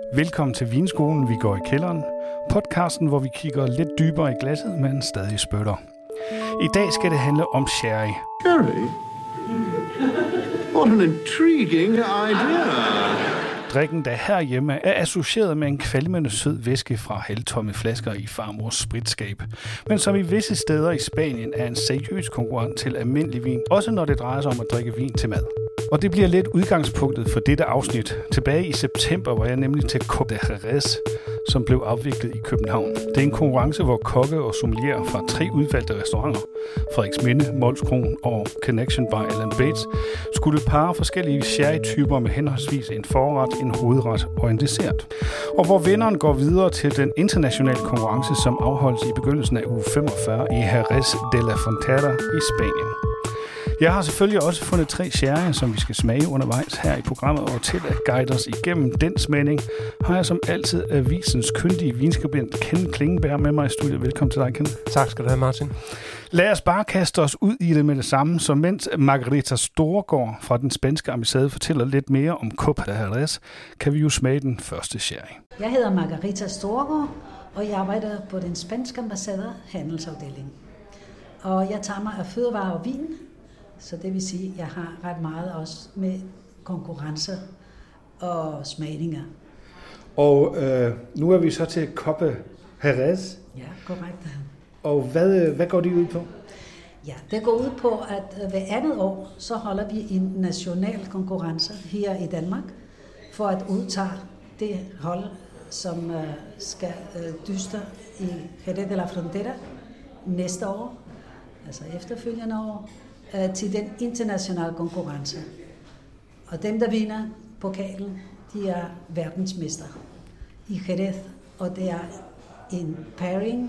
Velkommen til Vinskolen, vi går i kælderen. Podcasten, hvor vi kigger lidt dybere i glasset, men stadig spytter. I dag skal det handle om sherry. Sherry? What an intriguing idea. Drikken, der herhjemme er associeret med en kvalmende sød væske fra halvtomme flasker i farmors spritskab, men som i visse steder i Spanien er en seriøs konkurrent til almindelig vin, også når det drejer sig om at drikke vin til mad. Og det bliver lidt udgangspunktet for dette afsnit. Tilbage i september var jeg nemlig til Copa de Jerez, som blev afviklet i København. Det er en konkurrence, hvor kokke og sommelier fra 3 udvalgte restauranter, Frederiksminde, Mols Kron og Connection by Alan Bates, skulle parre forskellige sherry-typer med henholdsvis en forret, en hovedret og en dessert. Og hvor vinderen går videre til den internationale konkurrence, som afholdes i begyndelsen af uge 45 i Jerez de la Frontera i Spanien. Jeg har selvfølgelig også fundet 3 sherry, som vi skal smage undervejs her i programmet, og til at guide os igennem den smagning, har jeg som altid avisens kyndige vinskribent Ken Klingenberg med mig i studiet. Velkommen til dig, Ken. Tak skal du have, Martin. Lad os bare kaste os ud i det med det samme, så mens Margarita Storgård fra den spanske ambassade fortæller lidt mere om Copa de Jerez, kan vi jo smage den første sherry. Jeg hedder Margarita Storgård, og jeg arbejder på den spanske ambassade handelsafdeling. Og jeg tager mig af fødevarer og vin. Så det vil sige, at jeg har ret meget også med konkurrencer og smagninger. Og nu er vi så til Copa Jerez. Ja, korrekt. Og hvad går det ud på? Ja, det går ud på, at hver andet år, så holder vi en national konkurrence her i Danmark, for at udtage det hold, som skal dyste i Jerez de la Frontera næste år, altså efterfølgende år, til den internationale konkurrence. Og dem, der vinder pokalen, de er verdensmester i Jerez, og det er en pairing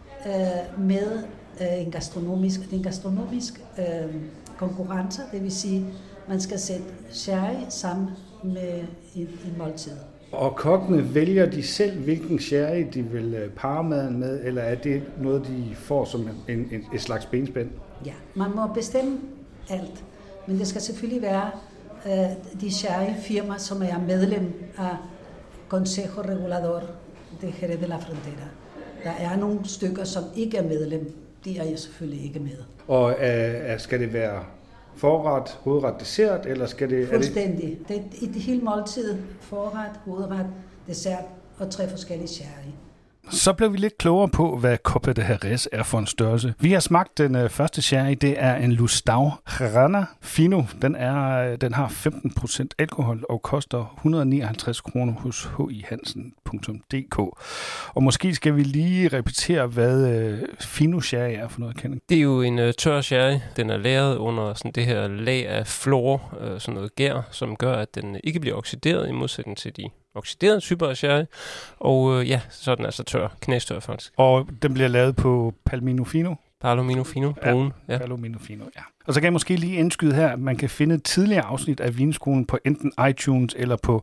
med en gastronomisk konkurrence, det vil sige, man skal sætte sherry sammen med en måltid. Og kokkene vælger de selv, hvilken sherry de vil parre maden med, eller er det noget, de får som et slags benspænd? Ja, man må bestemme alt, men det skal selvfølgelig være de sherry-firmaer, som er medlem af Consejo Regulador de Jerez de la Frontera. Der er nogle stykker, som ikke er medlem, de er jeg selvfølgelig ikke med. Og skal det være forret, hovedret, dessert, eller skal det... Fuldstændig. Det er et helt måltid, forret, hovedret, dessert og 3 forskellige sherry. Så blev vi lidt klogere på, hvad Copa de Jerez er for en størrelse. Vi har smagt den første sherry, det er en Lustau Grana Fino. Den har 15% alkohol og koster 159 kroner hos hihansen.dk. Og måske skal vi lige repetere, hvad Fino sherry er for noget, Kenneth. Det er jo en tør sherry. Den er lagret under sådan det her lag af flor, sådan noget gær, som gør, at den ikke bliver oxideret i modsætning til de oxiderede typer af sherry, og så er den altså tør, knæstør faktisk. Og den bliver lavet på Palomino Fino? Palomino Fino, brun. Ja, Palomino Fino, ja. Og så kan jeg måske lige indskyde her, at man kan finde et tidligere afsnit af Vinskolen på enten iTunes eller på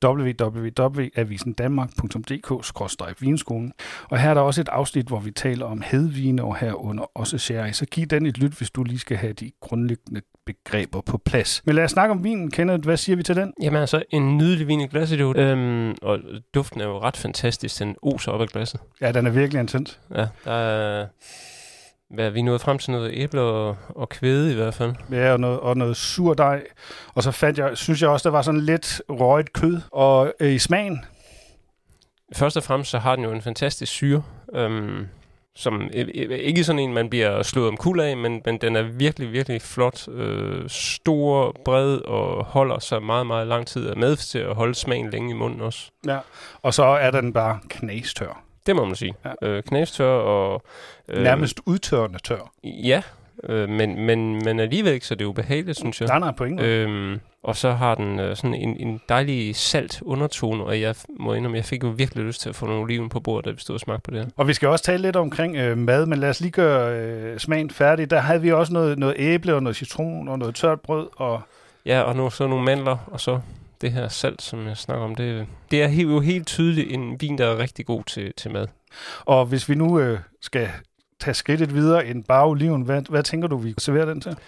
www.avisendanmark.dk/vinskolen. Og her er der også et afsnit, hvor vi taler om hedvine og herunder også sherry. Så giv den et lyt, hvis du lige skal have de grundlæggende begreber på plads. Men lad os snakke om vinen. Kenneth, hvad siger vi til den? Jamen altså, en nydelig vin i glasset jo. Og duften er jo ret fantastisk. Den oser op af glasset. Ja, den er virkelig intens. Ja, der er... Vi nåede frem til noget æble og kvæde i hvert fald. Ja, og noget surdej. Og så synes jeg også, der var sådan lidt røget kød. Og i smagen? Først og fremmest så har den jo en fantastisk syre, som ikke sådan en, man bliver slået omkuld af, men den er virkelig, virkelig flot, stor, bred og holder sig meget, meget lang tid. Er med til at holde smagen længe i munden også. Ja, og så er den bare knastør. Det må man sige. Ja. Knastør og... nærmest udtørrende tør. Ja, men alligevel ikke, så det er ubehageligt, synes jeg. Nej, på ingen. Og så har den sådan en dejlig salt undertone, og jeg må indrømme, jeg fik jo virkelig lyst til at få nogle oliven på bordet, da vi stod og smagte på det her. Og vi skal også tale lidt omkring mad, men lad os lige gøre smagen færdig. Der havde vi også noget æble og noget citron og noget tørt brød. Ja, og så nogle mandler, og så... Det her salt, som jeg snakker om, det er jo helt tydeligt en vin, der er rigtig god til mad. Og hvis vi nu skal tage skridtet videre end bare oliven, hvad tænker du, vi serverer den til?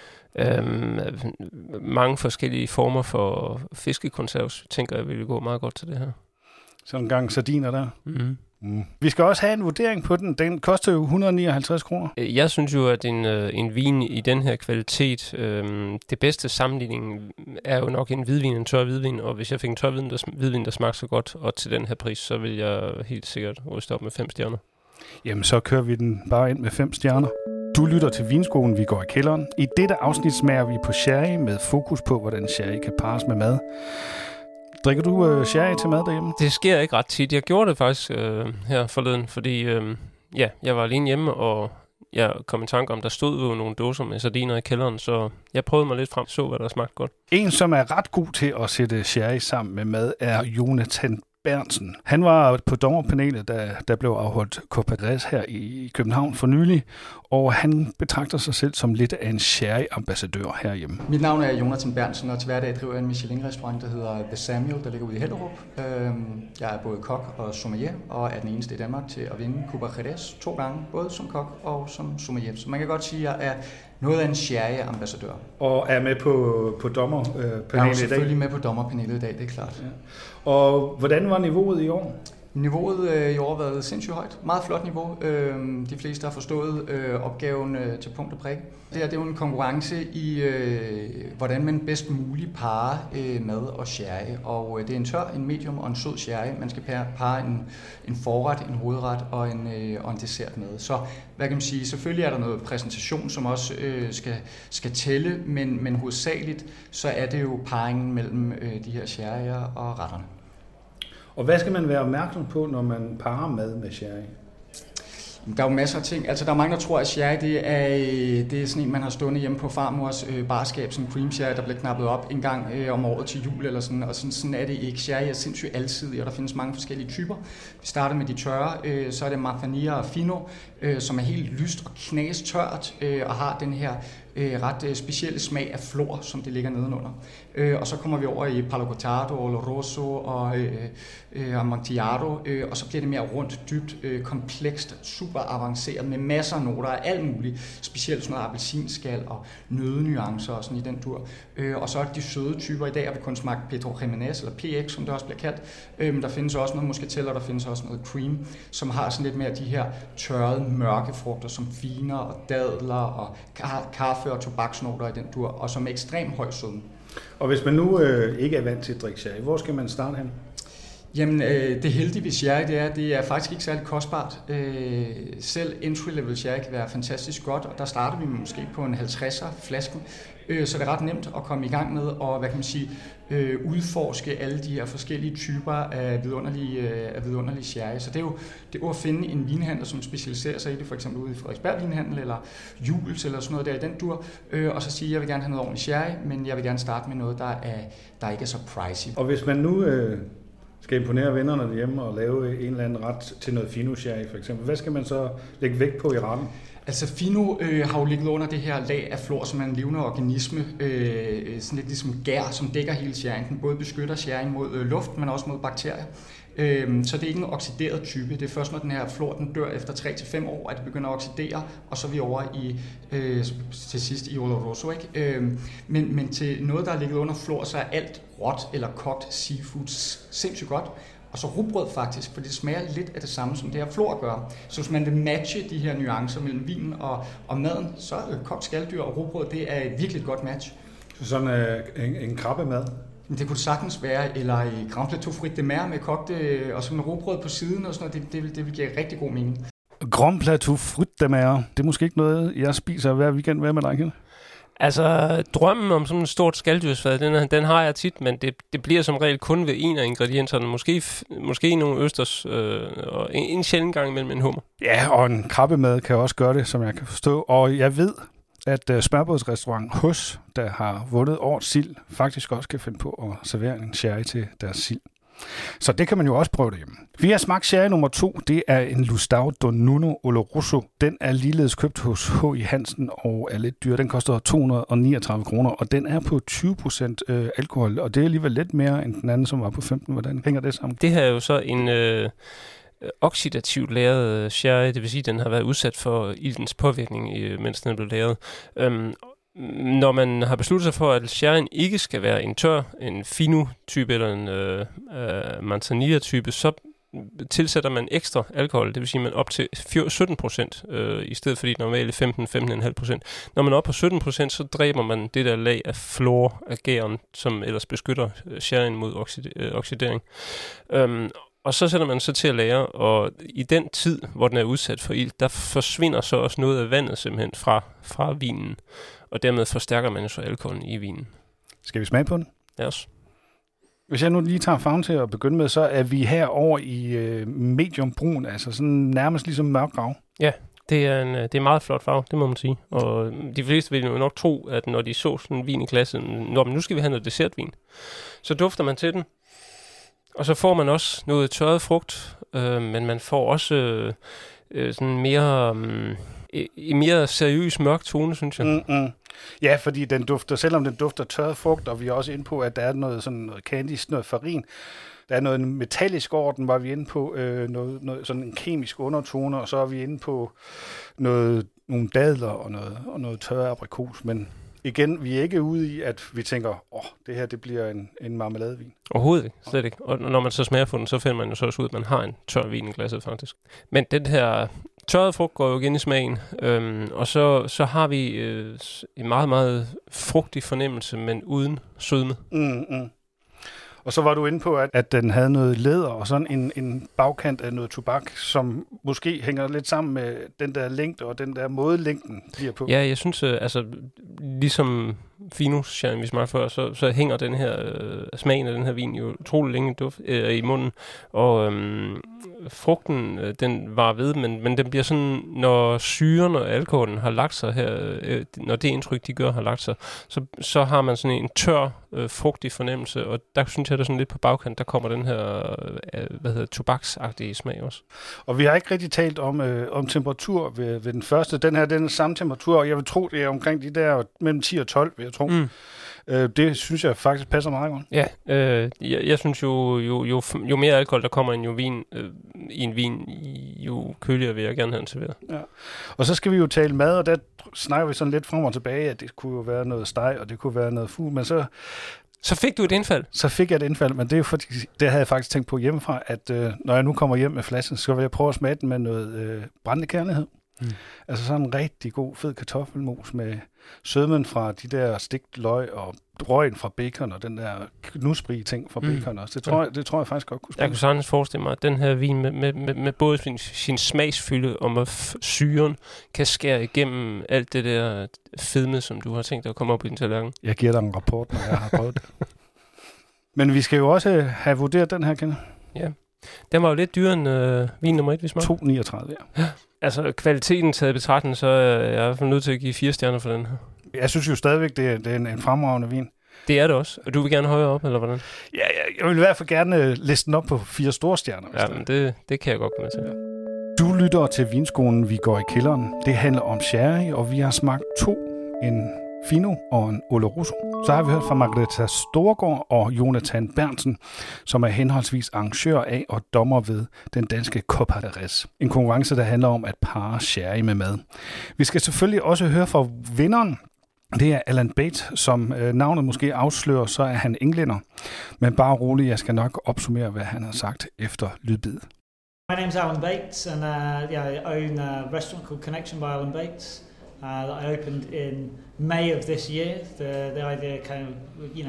Mange forskellige former for fiskekonserves, tænker jeg, vil gå meget godt til det her. Sådan en gang sardiner der. Mm. Vi skal også have en vurdering på den. Den koster jo 159 kroner. Jeg synes jo, at en vin i den her kvalitet, det bedste sammenligning er jo nok en hvidvin, en tør hvidvin, og hvis jeg fik en tør hvidvin, der smagte så godt, og til den her pris, så vil jeg helt sikkert ryste op med 5 stjerner. Jamen, så kører vi den bare ind med 5 stjerner. Du lytter til Vinskolen, vi går i kælderen. I dette afsnit smager vi på sherry med fokus på, hvordan sherry kan parres med mad. Drikker du sherry til mad derhjemme? Det sker ikke ret tit. Jeg gjorde det faktisk her forleden, fordi jeg var alene hjemme, og jeg kom i tanke om, der stod jo nogle dåser med sardiner i kælderen, så jeg prøvede mig lidt frem, så hvad der smagte godt. En, som er ret god til at sætte sherry sammen med mad, er Jonathan Berntsen. Han var på dommerpanelet, der blev afholdt Copadres her i København for nylig, og han betragter sig selv som lidt af en sherry-ambassadør herhjemme. Mit navn er Jonathan Berntsen, og til hverdag driver jeg en Michelin-restaurant, der hedder The Samuel, der ligger ude i Hellerup. Jeg er både kok og sommelier, og er den eneste i Danmark til at vinde Copadres 2 gange, både som kok og som sommelier. Så man kan godt sige, at jeg er noget af en sherry-ambassadør. Og er med på dommerpanelet i dag? Jeg er selvfølgelig med på dommerpanelet i dag, det er klart. Ja. Og hvordan var niveauet i år? Niveauet i år har været sindssygt højt. Meget flot niveau. De fleste har forstået opgaven til punkt og prik. Det er jo en konkurrence i, hvordan man bedst muligt parrer mad og sherry. Og det er en tør, en medium og en sød sherry. Man skal parre en forret, en hovedret og en dessert med. Så hvad kan man sige? Selvfølgelig er der noget præsentation, som også skal tælle, men hovedsageligt så er det jo parringen mellem de her sherryer og retterne. Og hvad skal man være opmærksom på, når man parrer mad med sherry? Der er jo masser af ting. Altså, der er mange, der tror, at sherry det er sådan en, man har stående hjemme på farmors barskab, som cream sherry, der bliver knappet op en gang om året til jul eller sådan. Og sådan er det ikke. Sherry er sindssygt alsidig, og der findes mange forskellige typer. Vi starter med de tørre. Så er det Manzanilla Fino, som er helt lyst og knastørt og har den her ret specielle smag af flor, som det ligger nedenunder. Og så kommer vi over i Palo Cortado, Oloroso og Amontillado, og så bliver det mere rundt, dybt, komplekst, super avanceret med masser af noter af alt muligt, specielt sådan noget appelsinskal og nøddenuancer og sådan i den dur. Og så er det de søde typer. I dag har vi kun smagt Pedro Jimenez, eller PX, som det også bliver kaldt. Der findes også noget muscatel, og der findes også noget cream, som har sådan lidt mere de her tørrede, mørke frugter, som finer og dadler og kaffe og tobaksnoter i den dur, og som er ekstremt høj sødme. Og hvis man nu ikke er vant til at drikke sherry, hvor skal man starte hen? Jamen, det heldige ved sherry, det er faktisk ikke særlig kostbart. Selv entry-level sherry kan være fantastisk godt, og der starter vi måske på en 50'er flasken, så det er ret nemt at komme i gang med og, hvad kan man sige, udforske alle de her forskellige typer af vidunderlige sherry. Så det er jo at finde en vinhandler, som specialiserer sig i det, for eksempel ude i Frederiksberg Vinhandel eller Jules eller sådan noget der i den dur, og så sige, at jeg vil gerne have noget ordentligt sherry, men jeg vil gerne starte med noget, der ikke er så pricey. Og hvis man nu skal imponere vennerne derhjemme og lave en eller anden ret til noget fino sherry for eksempel, hvad skal man så lægge vægt på i retten? Altså Fino har jo ligget under det her lag af flor, som er en levende organisme, sådan lidt ligesom gær, som dækker hele sherryen. Den både beskytter sherryen mod luft, men også mod bakterier. Så det er ikke en oxideret type. Det er først, når den her flor den dør efter 3-5 år, at det begynder at oxidere, og så er vi over i til sidst i Oloroso, ikke? Men til noget, der er ligget under flor, så er alt råt eller kogt seafood sindssygt godt. Og så rugbrød faktisk, for det smager lidt af det samme, som det her flor gør. Så hvis man vil matche de her nuancer mellem vinen og maden, så er kogt skaldyr og rugbrød, det er et virkelig godt match. Så sådan en krabbemad? Det kunne sagtens være, eller i Grand Plateau Fruits de Mer med kogte og sådan en rugbrød på siden og sådan noget. Det vil give rigtig god mening. Grand Plateau Fruits de Mer, det er måske ikke noget, jeg spiser hver weekend. Hvad med dig, Kjell? Altså, drømmen om sådan en stort skalddyrsfad, den har jeg tit, men det bliver som regel kun ved en af ingredienserne. Måske nogle østers, og en sjældent gang imellem en hummer. Ja, og en krabbemad kan også gøre det, som jeg kan forstå. Og jeg ved, at smørbådsrestaurant Hus, der har vundet årets sild, faktisk også kan finde på at servere en sherry til deres sild. Så det kan man jo også prøve derhjemme. Vi har smagt sherry nummer 2. Det er en Lustau Donuno Oloroso. Den er ligeledes købt hos H.I. Hansen og er lidt dyr. Den koster 239 kroner, og den er på 20% alkohol. Og det er alligevel lidt mere end den anden, som var på 15. Hvordan hænger det sammen? Det her er jo så en oxidativt lagret sherry. Det vil sige, at den har været udsat for iltens påvirkning, mens den er blevet lavet. når man har besluttet sig for, at sherryen ikke skal være en fino-type eller en manzanilla-type, så tilsætter man ekstra alkohol, det vil sige, man op til 17%, i stedet for de normale 15-15,5%. Når man er oppe på 17%, så dræber man det der lag af fluor af gæren, som ellers beskytter sherryen mod oxidering. Og så sætter man så til at lagre, og i den tid, hvor den er udsat for ild, der forsvinder så også noget af vandet simpelthen fra vinen, og dermed forstærker man så alkoholen i vinen. Skal vi smage på den? Ja, også. Hvis jeg nu lige tager farven til at begynde med, så er vi her over i medium brun, altså sådan nærmest ligesom mørkgrav. Ja, det er en meget flot farve, det må man sige. Og de fleste vil jo nok tro, at når de så sådan en vin i glasset, nu skal vi have noget dessertvin, så dufter man til den. Og så får man også noget tørret frugt, men man får også sådan mere seriøs mørk tone, synes jeg. Ja, fordi selvom den dufter tørret frugt, og vi er også inde på, at der er noget candy, noget farin, der er noget metallisk over den, var vi inde på noget sådan en kemisk undertone, og så er vi inde på nogle dadler og noget tørret aprikos, men igen, vi er ikke ude i, at vi tænker, det her det bliver en marmeladevin. Overhovedet ikke, slet ikke. Og når man så smager på den, så finder man jo så også ud, at man har en tør vin i glasset faktisk. Men den her tørrede frugt går jo igen i smagen, og så har vi en meget, meget frugtig fornemmelse, men uden sødme. Og så var du inde på, at den havde noget læder og sådan en bagkant af noget tobak, som måske hænger lidt sammen med den der længde og den der måde længden bliver på. Ja, jeg synes, ligesom Fino-sherryen, vi smagte før, så hænger den her smagen af den her vin jo utrolig længe i munden. Og frugten, den var ved, men den bliver sådan, når syren og alkoholen har lagt sig her, når det indtryk, de gør, har lagt sig, så har man sådan en tør, frugtig fornemmelse, og der synes jeg, der sådan lidt på bagkant, der kommer den her, tobaksagtige smag også. Og vi har ikke rigtig talt om temperatur ved den første. Den her, den er samme temperatur, og jeg vil tro, det er omkring de der mellem 10 og 12, vil jeg tro. Det synes jeg faktisk passer meget godt. Ja, jeg synes jo mere alkohol, der kommer i en vin, jo køligere vil jeg gerne have den serveret. Ja. Og så skal vi jo tale mad, og der snakker vi sådan lidt frem og tilbage, at det kunne jo være noget steg, og det kunne være noget fugl, men så fik du et indfald? Så fik jeg et indfald, men det er jo fordi, det havde jeg faktisk tænkt på hjemmefra, at når jeg nu kommer hjem med flasken, så vil jeg prøve at smage den med noget brændende kærlighed. Altså sådan en rigtig god, fed kartoffelmos med sødmen fra de der stegt løg og røgen fra bacon og den der knusbrige ting fra bacon også. Det tror jeg faktisk godt kunne smage. Jeg kunne sagtens forestille mig, at den her vin med både sin smagsfylde og med syren kan skære igennem alt det der fedme, som du har tænkt dig at komme op i din tallerken. Jeg giver dig en rapport, når jeg har prøvet det. Men vi skal jo også have vurderet den her, Kenneth. Ja. Den var jo lidt dyrere end vin nummer 1, vi smagte. 2,39, ja. Altså, kvaliteten taget i betragtning, så er jeg i hvert fald nødt til at give 4 stjerner for den her. Jeg synes jo stadigvæk, det er en fremragende vin. Det er det også. Og du vil gerne højere op, eller hvordan? Ja, jeg vil i hvert fald gerne liste den op på 4 store stjerner. Ja, men det kan jeg godt komme til. Ja. Du lytter til Vinskolen, vi går i kælderen. Det handler om sherry, og vi har smagt 2. En Fino og en Oloroso. Så har vi hørt fra Margrethe Storgård og Jonathan Berntsen, som er henholdsvis arrangør af og dommer ved den danske Copa de Res. En konkurrence, der handler om at parre sherry med mad. Vi skal selvfølgelig også høre fra vinderen. Det er Alan Bates, som navnet måske afslører, så er han englænder. Men bare rolig, jeg skal nok opsummere, hvad han har sagt efter lydbid. My name's Alan Bates, and I own a restaurant called Connection by Alan Bates. That I opened in May of this year. The idea kind of,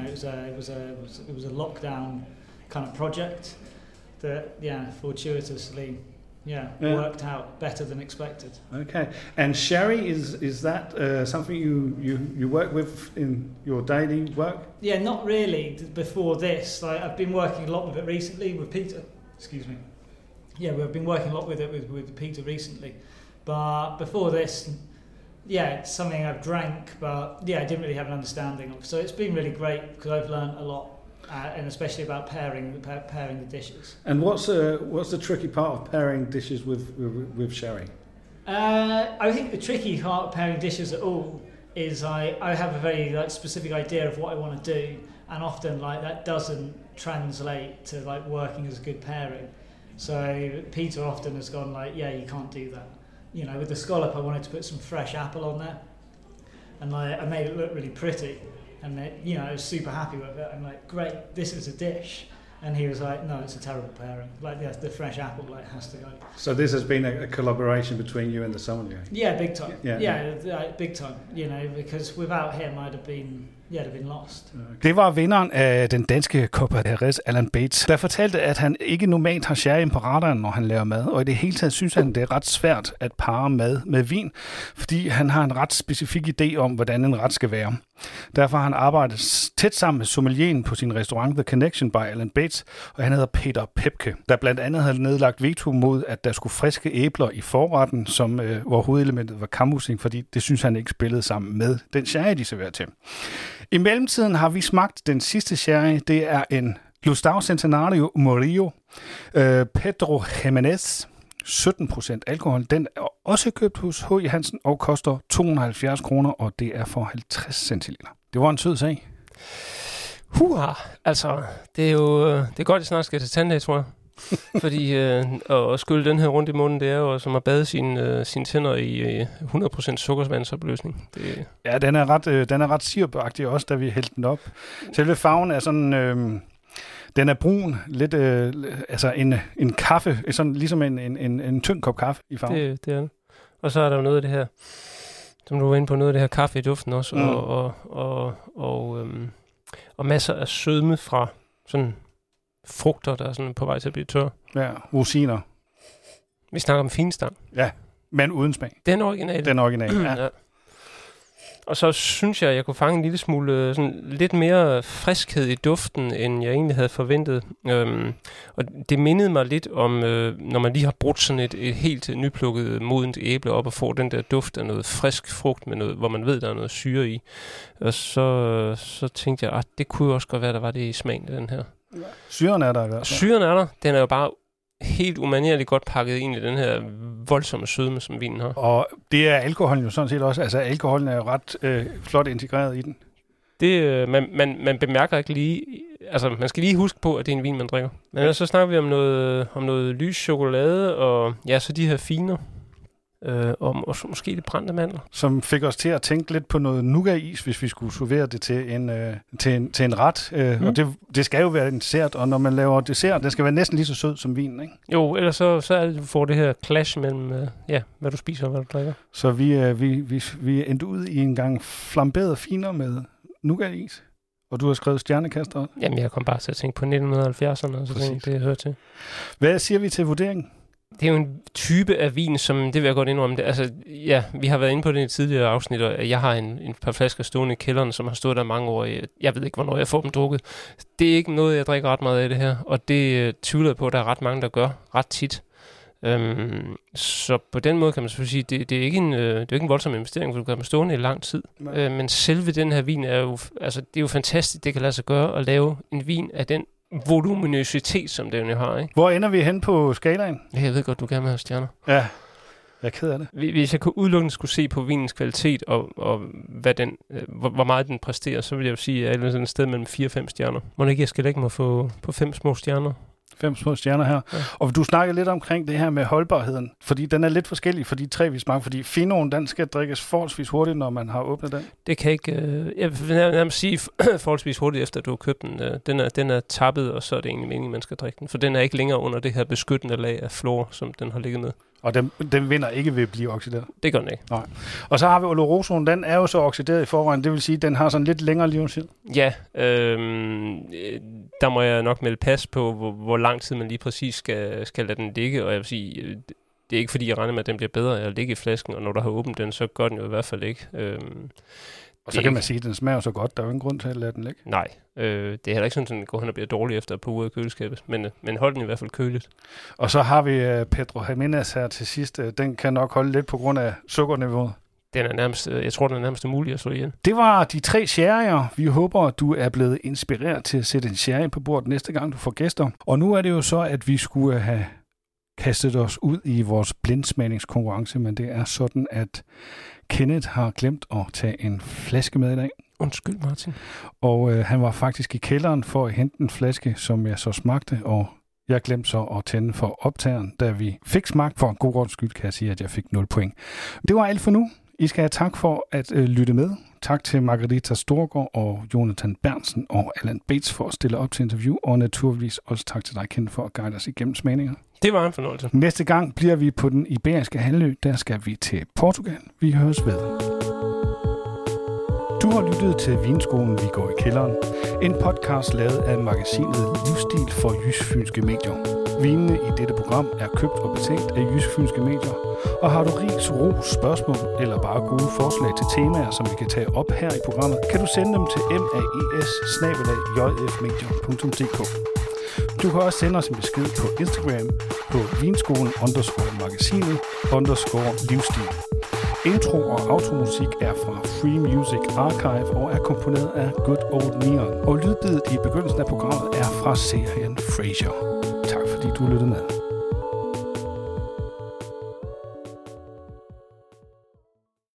it was a lockdown kind of project that, fortuitously, worked out better than expected. Okay, and sherry is that something you work with in your daily work? Yeah, not really. Before this, I've been working a lot with it recently with Peter. Excuse me. Yeah, we've been working a lot with it with Peter recently, but before this. Yeah, it's something I've drank, but I didn't really have an understanding of. So it's been really great because I've learned a lot, and especially about pairing the dishes. And what's the tricky part of pairing dishes with sherry? I think the tricky part of pairing dishes at all is I have a very specific idea of what I want to do, and often that doesn't translate to working as a good pairing. So Peter often has gone you can't do that. With the scallop, I wanted to put some fresh apple on there, and like I made it look really pretty, and you know I was super happy with it. I'm like, great, this is a dish. And he was like, no, it's a terrible pairing. Like, the fresh apple has to go. So this has been a collaboration between you and the sommelier? Yeah, big time. Yeah, big time. You know, because without him, I'd have been lost. Det var vinderen af den danske Copa Jerez, Alan Bates, der fortalte, at han ikke normalt har sherry på radaren, når han laver mad. Og i det hele taget synes han, det er ret svært at parre mad med vin, fordi han har en ret specifik idé om, hvordan en ret skal være. Derfor har han arbejdet tæt sammen med sommelieren på sin restaurant The Connection by Alan Bates, og han hedder Peter Pepke, der blandt andet havde nedlagt veto mod, at der skulle friske æbler i forretten, hvor hovedelementet var kammusing, fordi det synes han ikke spillede sammen med den sherry, de serverer til. I mellemtiden har vi smagt den sidste sherry. Det er en Lustau Centenario Murillo Pedro Jimenez, 17% alkohol. Den er også købt hos H.I. Hansen og koster 270 kroner, og det er for 50 centiliter. Det var en sød sag. Altså, det er jo det er godt, at jeg snart skal til tandlæge, tror jeg. Fordi at skylle den her rundt i munden, det er jo som at bade sine tænder i 100% sukkervandsopløsning. Ja, den er ret sirupagtig også, da vi hældte den op. Selve farven er sådan, den er brun, lidt altså en kaffe, sådan ligesom en tynd kop kaffe i farven. Det er det. Og så er der jo noget af det her, som du var inde på, noget af det her kaffe i duften også, og masser af sødme fra sådan frugter, der er sådan på vej til at blive tør. Ja, rosiner. Vi snakker om finstang. Ja, men uden smag. Den originale, ja. Og så synes jeg kunne fange en lille smule sådan lidt mere friskhed i duften, end jeg egentlig havde forventet. Og det mindede mig lidt om, når man lige har brudt sådan et helt nyplukket modent æble op og får den der duft af noget frisk frugt, med noget, hvor man ved, der er noget syre i. Og så tænkte jeg, det kunne jo også godt være, der var det i smagen af den her. Syren er der i hvert fald. Syren er der. Den er jo bare helt umanerligt godt pakket ind i den her voldsomme sødme, som vinen har. Og det er alkoholen jo sådan set også. Altså, alkoholen er jo ret flot integreret i den. Det, man bemærker ikke lige... Altså, man skal lige huske på, at det er en vin, man drikker. Men ellers så snakker vi om noget lys chokolade, og ja, så de her finer. Og måske lidt brændte mandler. Som fik os til at tænke lidt på noget nougat-is, hvis vi skulle servere det til en ret. Og det skal jo være en dessert, og når man laver dessert, den skal være næsten lige så sød som vinen, ikke? Jo, ellers så er det, du får det her clash mellem, hvad du spiser og hvad du drikker. Så vi endte ud i en gang flamberet finer med nougat-is. Og du har skrevet stjernekaster. Jamen, jeg kom bare til at tænke på 1970'erne, og så tænkte det hører til. Hvad siger vi til vurderingen? Det er jo en type af vin, som, det vil jeg godt indrømme. Altså, ja, vi har været inde på det i tidligere afsnit, og jeg har en par flasker stående i kælderen, som har stået der mange år. Jeg ved ikke, hvornår jeg får dem drukket. Det er ikke noget, jeg drikker ret meget af det her, og det tvivler jeg på, at der er ret mange, der gør ret tit. Så på den måde kan man selvfølgelig sige, det er ikke en voldsom investering, for du kan have stående i lang tid. Men selve den her vin er jo, altså, det er jo fantastisk, det kan lade sig gøre at lave en vin af den voluminøsitet, som den jo har, ikke? Hvor ender vi hen på skalaen? Jeg ved godt, du gerne vil have stjerner. Ja, jeg er ked af det. Hvis jeg kunne udelukkende skulle se på vinens kvalitet, og hvad hvor meget den præsterer, så vil jeg jo sige, at jeg er sådan et sted mellem 4-5 stjerner. Må ikke jeg skal lægge mig på 5 små stjerner? 5 små stjerner her. Ja. Og du snakker lidt omkring det her med holdbarheden, fordi den er lidt forskellig for de tre, vi smager, fordi Finoen, den skal drikkes forholdsvis hurtigt, når man har åbnet den. Det kan ikke... jeg vil nærmest sige forholdsvis hurtigt, efter du har købt den. Den er tappet, og så er det egentlig meningen, man skal drikke den. For den er ikke længere under det her beskyttende lag af flor, som den har ligget med. Og den vinder ikke ved at blive oxideret? Det gør den ikke. Nej. Og så har vi Olorosoen, den er jo så oxideret i forvejen, det vil sige, at den har sådan lidt længere livstid. Ja, der må jeg nok melde pas på, hvor lang tid man lige præcis skal lade den ligge, og jeg vil sige, det er ikke fordi, jeg regner med, at den bliver bedre af at ligge i flasken, og når du har åbnet den, så gør den jo i hvert fald ikke. Og så kan man sige, at den smager så godt, der er jo ingen grund til at lade den ligge. Nej, det er heller ikke sådan, at den går hen og bliver dårlig efter et par uger i køleskabet, men hold den i hvert fald køligt. Og så har vi Pedro Jimenez her til sidst. Den kan nok holde lidt på grund af sukkerniveauet. Jeg tror, den er nærmest umulig at slå ihjel. Det var de 3 sherryer. Vi håber, at du er blevet inspireret til at sætte en sherry på bordet næste gang, du får gæster. Og nu er det jo så, at vi skulle have kastet os ud i vores blindsmagningskonkurrence, men det er sådan, at Kenneth har glemt at tage en flaske med i dag. Undskyld, Martin. Og han var faktisk i kælderen for at hente en flaske, som jeg så smagte, og jeg glemte så at tænde for optageren. Da vi fik smagt, for en god ordens skyld, kan jeg sige, at jeg fik 0 point. Det var alt for nu. I skal have tak for at lytte med. Tak til Margarita Storgård og Jonathan Berntsen og Allan Bates for at stille op til interview, og naturligvis også tak til dig, Ken, for at guide os igennem smagninger. Det var en fornøjelse. Næste gang bliver vi på den iberiske halvø. Der skal vi til Portugal. Vi høres ved. Du har lyttet til Vinskolen, vi går i kælderen. En podcast lavet af magasinet Livsstil for Jysk-Fynske Medier. Vinene i dette program er købt og betalt af Jysk-Fynske Medier. Og har du ris, ros, spørgsmål eller bare gode forslag til temaer, som vi kan tage op her i programmet, kan du sende dem til maes@jfmedier.dk. Du kan også sende os en besked på Instagram på vinskolen_magasinet_livsstil. Intro og automusik er fra Free Music Archive og er komponeret af Good Old Neon. Og lydbilledet i begyndelsen af programmet er fra serien Frasier. Tak fordi du lyttede med.